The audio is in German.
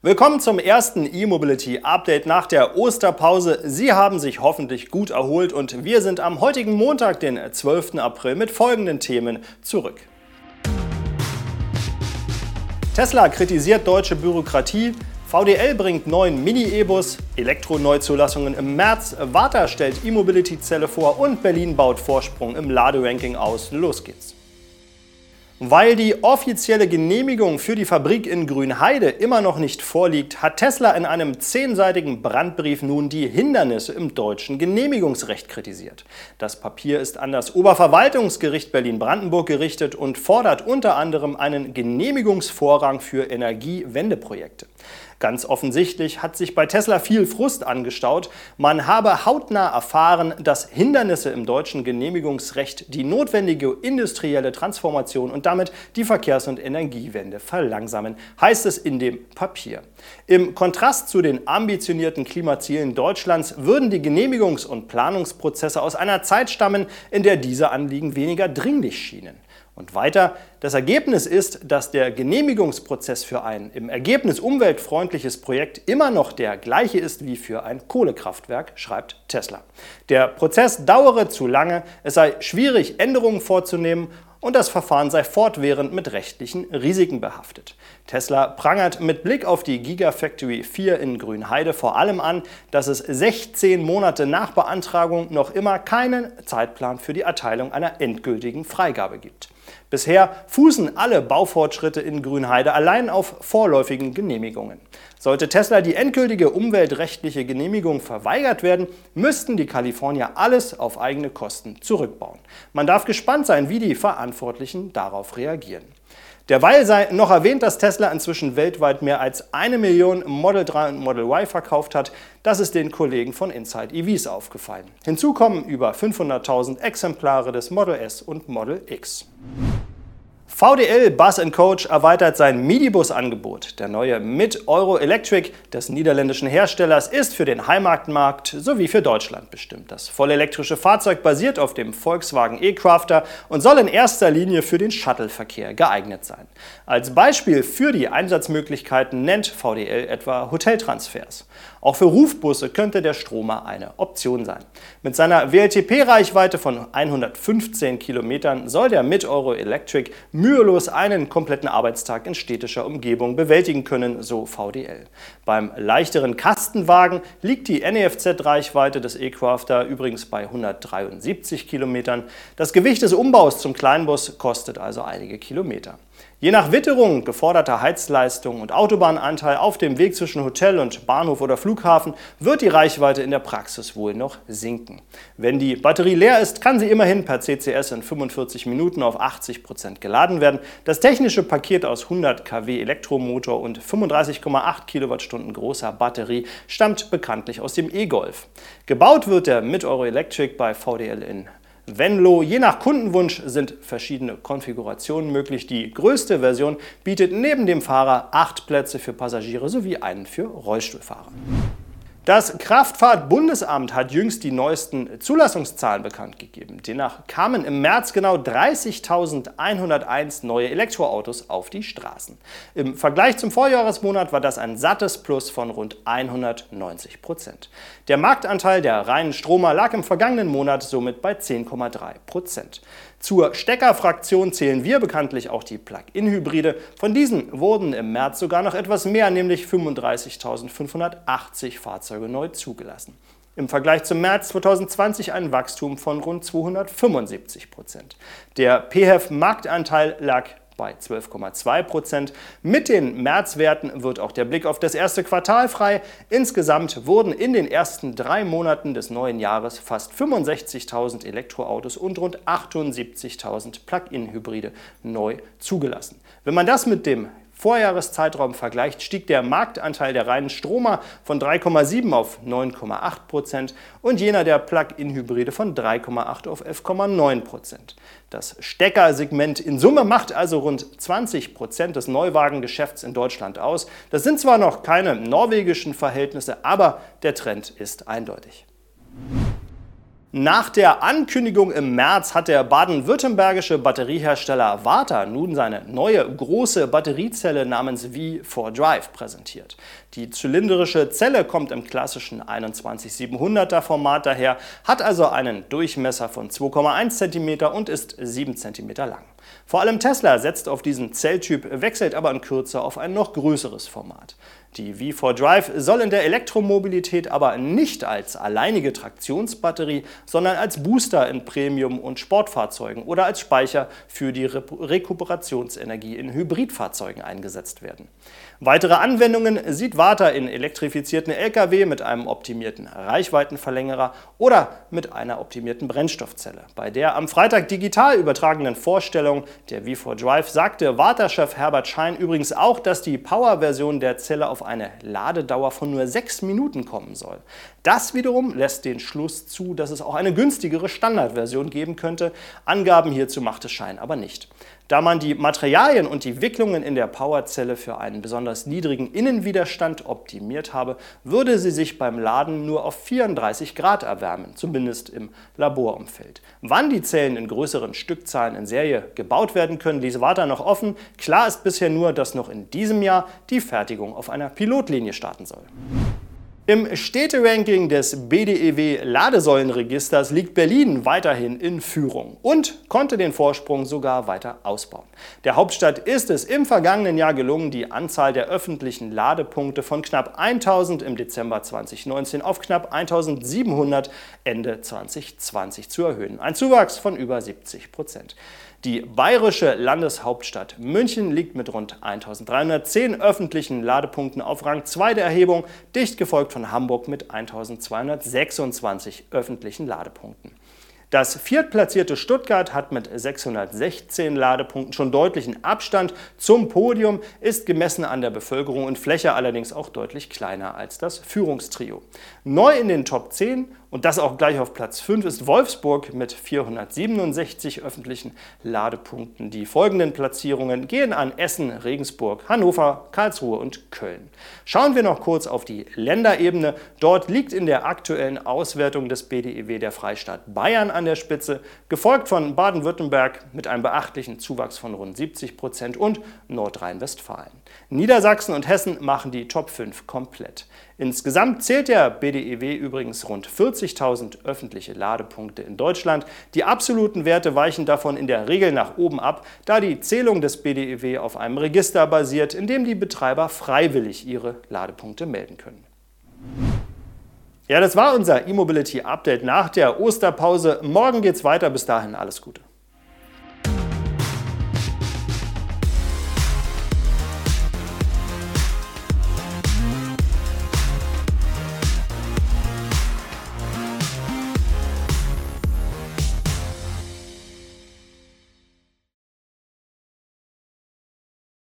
Willkommen zum ersten E-Mobility-Update nach der Osterpause. Sie haben sich hoffentlich gut erholt und wir sind am heutigen Montag, den 12. April, mit folgenden Themen zurück. Tesla kritisiert deutsche Bürokratie, VDL bringt neuen Mini-E-Bus, Elektro-Neuzulassungen im März, Varta stellt E-Mobility-Zelle vor und Berlin baut Vorsprung im Laderanking aus. Los geht's! Weil die offizielle Genehmigung für die Fabrik in Grünheide immer noch nicht vorliegt, hat Tesla in einem 10-seitigen Brandbrief nun die Hindernisse im deutschen Genehmigungsrecht kritisiert. Das Papier ist an das Oberverwaltungsgericht Berlin-Brandenburg gerichtet und fordert unter anderem einen Genehmigungsvorrang für Energiewendeprojekte. Ganz offensichtlich hat sich bei Tesla viel Frust angestaut. Man habe hautnah erfahren, dass Hindernisse im deutschen Genehmigungsrecht die notwendige industrielle Transformation und damit die Verkehrs- und Energiewende verlangsamen, heißt es in dem Papier. Im Kontrast zu den ambitionierten Klimazielen Deutschlands würden die Genehmigungs- und Planungsprozesse aus einer Zeit stammen, in der diese Anliegen weniger dringlich schienen. Und weiter, das Ergebnis ist, dass der Genehmigungsprozess für ein im Ergebnis umweltfreundliches Projekt immer noch der gleiche ist wie für ein Kohlekraftwerk, schreibt Tesla. Der Prozess dauere zu lange, es sei schwierig, Änderungen vorzunehmen und das Verfahren sei fortwährend mit rechtlichen Risiken behaftet. Tesla prangert mit Blick auf die Gigafactory 4 in Grünheide vor allem an, dass es 16 Monate nach Beantragung noch immer keinen Zeitplan für die Erteilung einer endgültigen Freigabe gibt. Bisher fußen alle Baufortschritte in Grünheide allein auf vorläufigen Genehmigungen. Sollte Tesla die endgültige umweltrechtliche Genehmigung verweigert werden, müssten die Kalifornier alles auf eigene Kosten zurückbauen. Man darf gespannt sein, wie die Verantwortlichen darauf reagieren. Derweil sei noch erwähnt, dass Tesla inzwischen weltweit mehr als 1 Million Model 3 und Model Y verkauft hat. Das ist den Kollegen von Inside EVs aufgefallen. Hinzu kommen über 500.000 Exemplare des Model S und Model X. VDL Bus & Coach erweitert sein Midibus-Angebot. Der neue Mid-Euro Electric des niederländischen Herstellers ist für den Heimatmarkt sowie für Deutschland bestimmt. Das vollelektrische Fahrzeug basiert auf dem Volkswagen e-Crafter und soll in erster Linie für den Shuttle-Verkehr geeignet sein. Als Beispiel für die Einsatzmöglichkeiten nennt VDL etwa Hoteltransfers. Auch für Rufbusse könnte der Stromer eine Option sein. Mit seiner WLTP-Reichweite von 115 Kilometern soll der Mid-Euro Electric mühelos einen kompletten Arbeitstag in städtischer Umgebung bewältigen können, so VDL. Beim leichteren Kastenwagen liegt die NEFZ-Reichweite des e-Crafter übrigens bei 173 Kilometern. Das Gewicht des Umbaus zum Kleinbus kostet also einige Kilometer. Je nach Witterung, geforderter Heizleistung und Autobahnanteil auf dem Weg zwischen Hotel und Bahnhof oder Flughafen wird die Reichweite in der Praxis wohl noch sinken. Wenn die Batterie leer ist, kann sie immerhin per CCS in 45 Minuten auf 80% geladen werden. Das technische Paket aus 100 kW Elektromotor und 35,8 Kilowattstunden großer Batterie stammt bekanntlich aus dem e-Golf. Gebaut wird der Mid-Euro Electric bei VDL in Venlo. Je nach Kundenwunsch sind verschiedene Konfigurationen möglich. Die größte Version bietet neben dem Fahrer 8 Plätze für Passagiere sowie einen für Rollstuhlfahrer. Das Kraftfahrtbundesamt hat jüngst die neuesten Zulassungszahlen bekannt gegeben. Demnach kamen im März genau 30.101 neue Elektroautos auf die Straßen. Im Vergleich zum Vorjahresmonat war das ein sattes Plus von rund 190%. Der Marktanteil der reinen Stromer lag im vergangenen Monat somit bei 10,3%. Zur Steckerfraktion zählen wir bekanntlich auch die Plug-in-Hybride. Von diesen wurden im März sogar noch etwas mehr, nämlich 35.580 Fahrzeuge neu zugelassen. Im Vergleich zum März 2020 ein Wachstum von rund 275%. Der PHEV-Marktanteil lag bei 12,2%. Mit den Märzwerten wird auch der Blick auf das erste Quartal frei. Insgesamt wurden in den ersten 3 Monaten des neuen Jahres fast 65.000 Elektroautos und rund 78.000 Plug-in-Hybride neu zugelassen. Wenn man das mit dem Vorjahreszeitraum vergleicht, stieg der Marktanteil der reinen Stromer von 3,7 auf 9,8% und jener der Plug-in-Hybride von 3,8 auf 11,9%. Das Steckersegment in Summe macht also rund 20% des Neuwagengeschäfts in Deutschland aus. Das sind zwar noch keine norwegischen Verhältnisse, aber der Trend ist eindeutig. Nach der Ankündigung im März hat der baden-württembergische Batteriehersteller Varta nun seine neue große Batteriezelle namens V4Drive präsentiert. Die zylindrische Zelle kommt im klassischen 21700er Format daher, hat also einen Durchmesser von 2,1 cm und ist 7 cm lang. Vor allem Tesla setzt auf diesen Zelltyp, wechselt aber in Kürze auf ein noch größeres Format. Die V4Drive soll in der Elektromobilität aber nicht als alleinige Traktionsbatterie, sondern als Booster in Premium- und Sportfahrzeugen oder als Speicher für die Rekuperationsenergie in Hybridfahrzeugen eingesetzt werden. Weitere Anwendungen sieht Varta in elektrifizierten Lkw mit einem optimierten Reichweitenverlängerer oder mit einer optimierten Brennstoffzelle. Bei der am Freitag digital übertragenen Vorstellung der V4Drive sagte Varta-Chef Herbert Schein übrigens auch, dass die Power-Version der Zelle auf eine Ladedauer von nur 6 Minuten kommen soll. Das wiederum lässt den Schluss zu, dass es auch eine günstigere Standardversion geben könnte. Angaben hierzu machte Schein aber nicht. Da man die Materialien und die Wicklungen in der Powerzelle für einen besonders niedrigen Innenwiderstand optimiert habe, würde sie sich beim Laden nur auf 34 Grad erwärmen, zumindest im Laborumfeld. Wann die Zellen in größeren Stückzahlen in Serie gebaut werden können, ließ Varta noch offen. Klar ist bisher nur, dass noch in diesem Jahr die Fertigung auf einer Pilotlinie starten soll. Im Städteranking des BDEW-Ladesäulenregisters liegt Berlin weiterhin in Führung und konnte den Vorsprung sogar weiter ausbauen. Der Hauptstadt ist es im vergangenen Jahr gelungen, die Anzahl der öffentlichen Ladepunkte von knapp 1000 im Dezember 2019 auf knapp 1700 Ende 2020 zu erhöhen. Ein Zuwachs von über 70%. Die bayerische Landeshauptstadt München liegt mit rund 1310 öffentlichen Ladepunkten auf Rang 2 der Erhebung, dicht gefolgt von Hamburg mit 1226 öffentlichen Ladepunkten. Das viertplatzierte Stuttgart hat mit 616 Ladepunkten schon deutlichen Abstand zum Podium, ist gemessen an der Bevölkerung und Fläche allerdings auch deutlich kleiner als das Führungstrio. Neu in den Top 10 und das auch gleich auf Platz 5 ist Wolfsburg mit 467 öffentlichen Ladepunkten. Die folgenden Platzierungen gehen an Essen, Regensburg, Hannover, Karlsruhe und Köln. Schauen wir noch kurz auf die Länderebene. Dort liegt in der aktuellen Auswertung des BDEW der Freistaat Bayern an der Spitze, gefolgt von Baden-Württemberg mit einem beachtlichen Zuwachs von rund 70% und Nordrhein-Westfalen. Niedersachsen und Hessen machen die Top 5 komplett. Insgesamt zählt der BDEW übrigens rund 40.000 öffentliche Ladepunkte in Deutschland. Die absoluten Werte weichen davon in der Regel nach oben ab, da die Zählung des BDEW auf einem Register basiert, in dem die Betreiber freiwillig ihre Ladepunkte melden können. Ja, das war unser E-Mobility Update nach der Osterpause. Morgen geht's weiter. Bis dahin alles Gute.